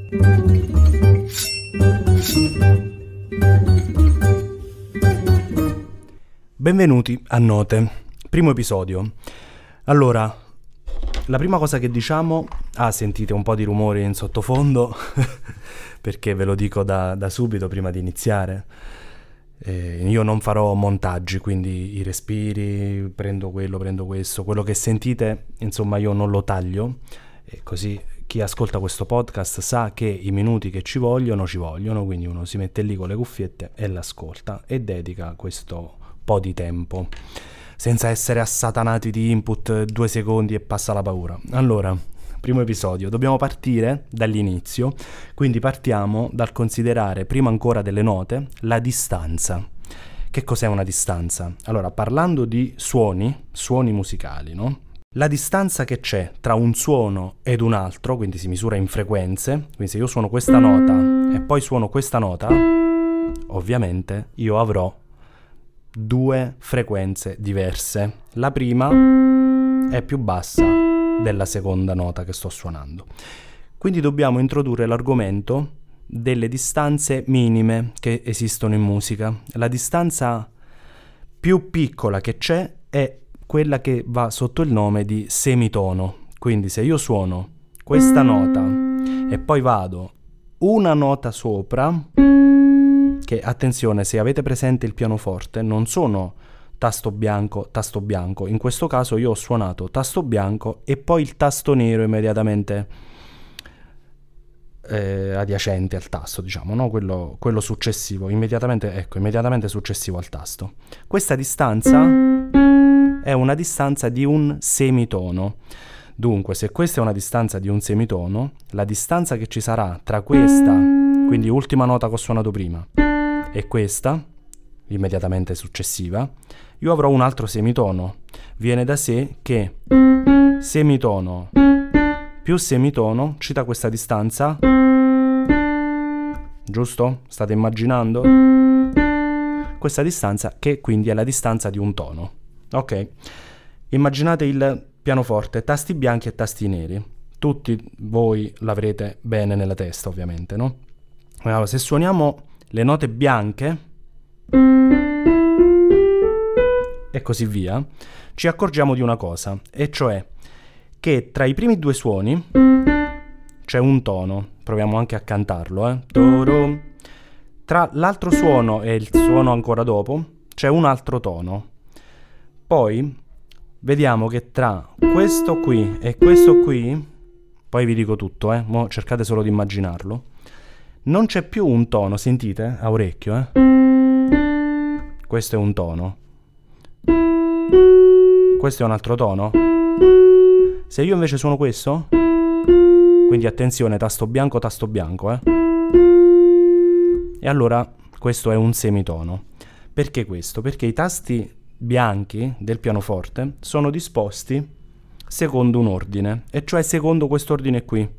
Benvenuti a Note, primo episodio. Allora, la prima cosa che diciamo... sentite un po' di rumori in sottofondo, perché ve lo dico da subito prima di iniziare. Io non farò montaggi, quindi i respiri, prendo quello, prendo questo, quello che sentite, insomma io non lo taglio, così chi ascolta questo podcast sa che i minuti che ci vogliono, quindi uno si mette lì con le cuffiette e l'ascolta e dedica questo po' di tempo, senza essere assatanati di input 2 secondi e passa la paura. Allora, primo episodio, dobbiamo partire dall'inizio, quindi partiamo dal considerare, prima ancora delle note, la distanza. Che cos'è una distanza? Allora, parlando di suoni musicali, no? La distanza che c'è tra un suono ed un altro, quindi si misura in frequenze, quindi se io suono questa nota e poi suono questa nota, ovviamente io avrò 2 frequenze diverse. La prima è più bassa della seconda nota che sto suonando. Quindi dobbiamo introdurre l'argomento delle distanze minime che esistono in musica. La distanza più piccola che c'è è quella che va sotto il nome di semitono. Quindi se io suono questa nota e poi vado una nota sopra, che attenzione, se avete presente il pianoforte non sono tasto bianco, in questo caso io ho suonato tasto bianco e poi il tasto nero immediatamente adiacente al tasto, diciamo, no? Quello successivo, immediatamente successivo al tasto. Questa distanza è una distanza di un semitono. Dunque, se questa è una distanza di un semitono, la distanza che ci sarà tra questa, quindi ultima nota che ho suonato prima, e questa, immediatamente successiva, io avrò un altro semitono. Viene da sé che semitono più semitono ci dà questa distanza, giusto? State immaginando? Questa distanza che quindi è la distanza di un tono. Ok? Immaginate il pianoforte, tasti bianchi e tasti neri. Tutti voi l'avrete bene nella testa, ovviamente, no? Allora, se suoniamo le note bianche e così via, ci accorgiamo di una cosa, e cioè che tra i primi 2 suoni c'è un tono. Proviamo anche a cantarlo, Tra l'altro suono e il suono ancora dopo c'è un altro tono. Poi vediamo che tra questo qui e questo qui, poi vi dico tutto, mo cercate solo di immaginarlo, non c'è più un tono, sentite a orecchio, questo è un tono, questo è un altro tono. Se io invece suono questo, quindi attenzione, tasto bianco, e allora questo è un semitono. Perché questo? Perché i tasti bianchi del pianoforte sono disposti secondo un ordine, e cioè secondo quest'ordine qui: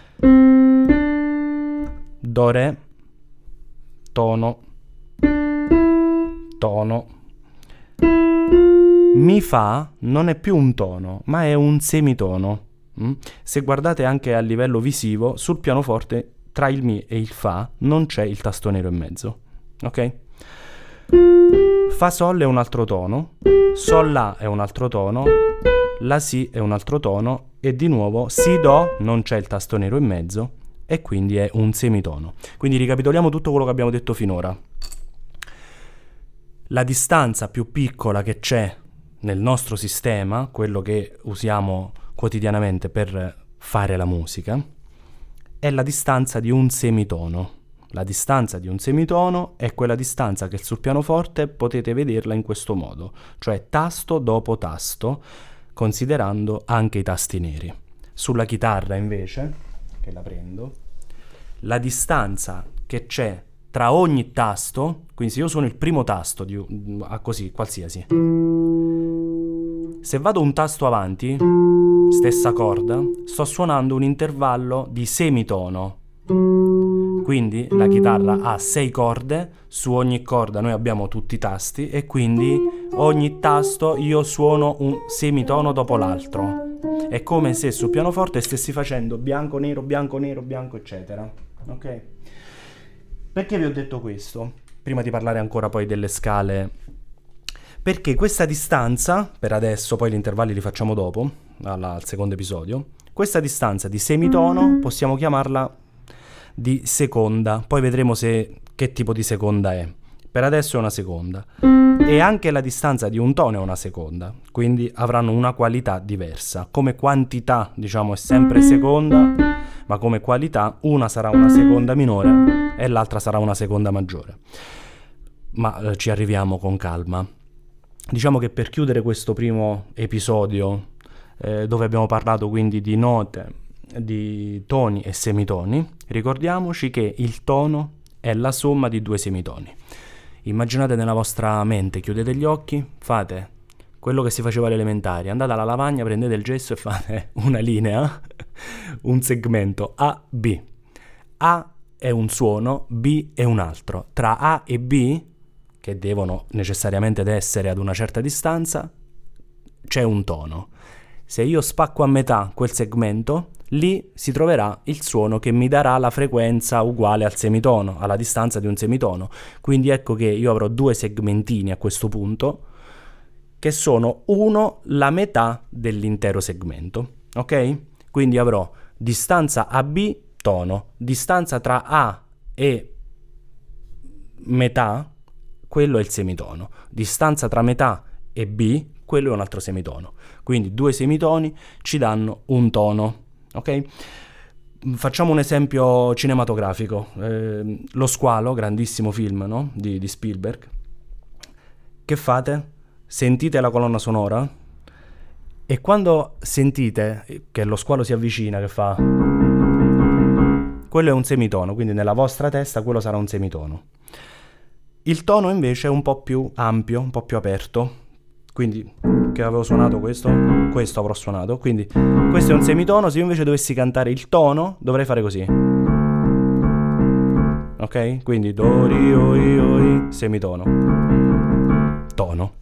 do, re, tono, tono. Mi fa non è più un tono, ma è un semitono. Se guardate anche a livello visivo, sul pianoforte tra il mi e il fa non c'è il tasto nero in mezzo. Ok? Fa sol è un altro tono, sol la è un altro tono, la si è un altro tono, e di nuovo si do non c'è il tasto nero in mezzo, e quindi è un semitono. Quindi ricapitoliamo tutto quello che abbiamo detto finora. La distanza più piccola che c'è nel nostro sistema, quello che usiamo quotidianamente per fare la musica, è la distanza di un semitono. La distanza di un semitono è quella distanza che sul pianoforte potete vederla in questo modo, cioè tasto dopo tasto, considerando anche i tasti neri. Sulla chitarra invece, che la prendo, la distanza che c'è tra ogni tasto, quindi se io suono il primo tasto così, qualsiasi, se vado un tasto avanti, stessa corda, sto suonando un intervallo di semitono. Quindi la chitarra ha 6 corde, su ogni corda noi abbiamo tutti i tasti, e quindi ogni tasto io suono un semitono dopo l'altro. È come se sul pianoforte stessi facendo bianco, nero, bianco, eccetera. Ok? Perché vi ho detto questo? Prima di parlare ancora poi delle scale. Perché questa distanza, per adesso, poi gli intervalli li facciamo dopo, al secondo episodio, questa distanza di semitono possiamo chiamarla di seconda, poi vedremo che tipo di seconda è. Per adesso è una seconda. E anche la distanza di un tono è una seconda, quindi avranno una qualità diversa. Come quantità, diciamo, è sempre seconda, ma come qualità una sarà una seconda minore e l'altra sarà una seconda maggiore. Ma ci arriviamo con calma. Diciamo che per chiudere questo primo episodio, dove abbiamo parlato quindi di note, di toni e semitoni, ricordiamoci che il tono è la somma di due semitoni. Immaginate nella vostra mente, chiudete gli occhi, fate quello che si faceva alle elementari, andate alla lavagna, prendete il gesso e fate una linea, un segmento A, B. A è un suono, B è un altro. Tra A e B, che devono necessariamente essere ad una certa distanza, c'è un tono. Se io spacco a metà quel segmento, lì si troverà il suono che mi darà la frequenza uguale al semitono, alla distanza di un semitono. Quindi ecco che io avrò due segmentini a questo punto, che sono la metà dell'intero segmento, ok? Quindi avrò distanza AB, tono, distanza tra A e metà, quello è il semitono, distanza tra metà e B, quello è un altro semitono. Quindi due semitoni ci danno un tono, ok? Facciamo un esempio cinematografico. Lo Squalo, grandissimo film, no? di Spielberg. Che fate? Sentite la colonna sonora e quando sentite che lo squalo si avvicina, che fa, quello è un semitono, quindi nella vostra testa quello sarà un semitono. Il tono invece è un po' più ampio, un po' più aperto, quindi che avevo suonato questo avrò suonato, quindi questo è un semitono. Se io invece dovessi cantare il tono dovrei fare così, ok? Quindi do, ri, oi, semitono, tono.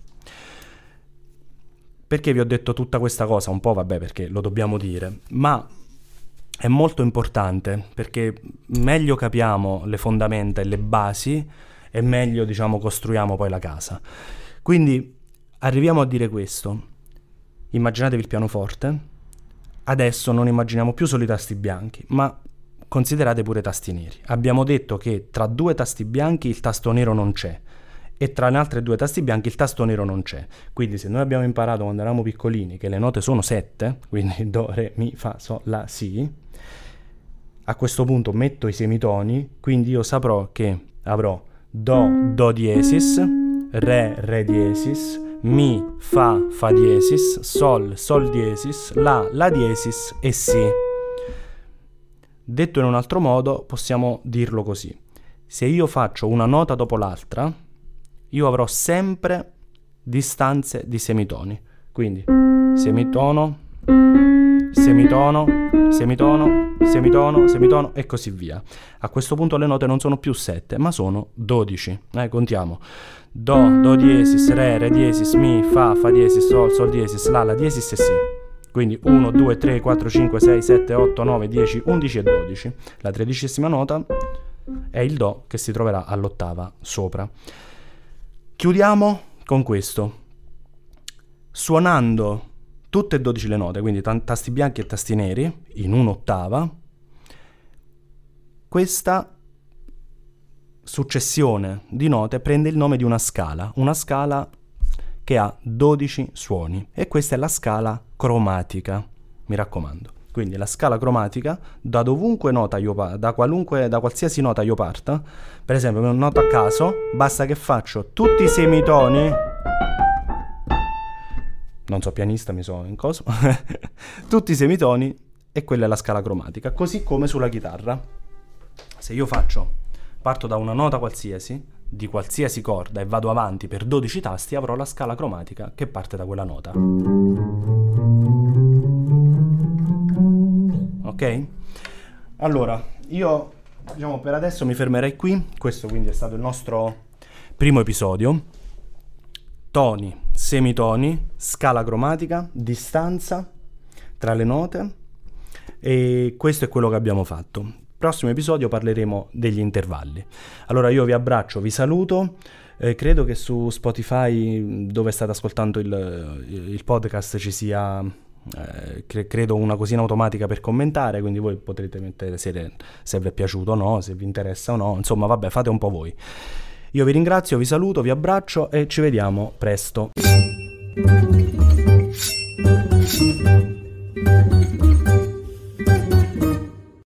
Perché vi ho detto tutta questa cosa? Un po', vabbè, perché lo dobbiamo dire, ma è molto importante perché meglio capiamo le fondamenta e le basi e meglio, diciamo, costruiamo poi la casa. Quindi arriviamo a dire questo. Immaginatevi il pianoforte. Adesso non immaginiamo più solo i tasti bianchi, ma considerate pure i tasti neri. Abbiamo detto che tra due tasti bianchi il tasto nero non c'è e tra le altre due tasti bianchi il tasto nero non c'è. Quindi se noi abbiamo imparato quando eravamo piccolini che le note sono 7, quindi do, re, mi, fa, sol, la, si, a questo punto metto i semitoni, quindi io saprò che avrò do, do diesis, re diesis, mi, fa diesis, sol diesis, la diesis e si. Detto in un altro modo, possiamo dirlo così. Se io faccio una nota dopo l'altra, io avrò sempre distanze di semitoni. Quindi semitono, semitono, semitono, semitono, semitono e così via. A questo punto le note non sono più 7, ma sono 12. Contiamo. Do, do diesis, re diesis, mi, fa diesis, sol diesis, la diesis e si. Quindi 1, 2, 3, 4, 5, 6, 7, 8, 9, 10, 11 e 12. La 13ª nota è il do che si troverà all'ottava sopra. Chiudiamo con questo. Suonando tutte e 12 le note, quindi tasti bianchi e tasti neri, in un'ottava, questa successione di note prende il nome di una scala che ha 12 suoni, e questa è la scala cromatica, mi raccomando. Quindi la scala cromatica, da dovunque nota io da qualsiasi nota io parta, per esempio una nota a caso, basta che faccio tutti i semitoni, non so pianista, mi so in coso, tutti i semitoni, e quella è la scala cromatica. Così come sulla chitarra, se io parto da una nota qualsiasi, di qualsiasi corda, e vado avanti per 12 tasti, avrò la scala cromatica che parte da quella nota. Ok? Allora, io, diciamo, per adesso mi fermerei qui. Questo quindi è stato il nostro primo episodio. Toni, semitoni, scala cromatica, distanza, tra le note, e questo è quello che abbiamo fatto. Prossimo episodio parleremo degli intervalli. Allora io vi abbraccio, vi saluto. Credo che su Spotify, dove state ascoltando il podcast, ci sia credo una cosina automatica per commentare, quindi voi potrete mettere se vi è piaciuto o no, se vi interessa o no, insomma vabbè, fate un po' voi. Io vi ringrazio, vi saluto, vi abbraccio e ci vediamo presto.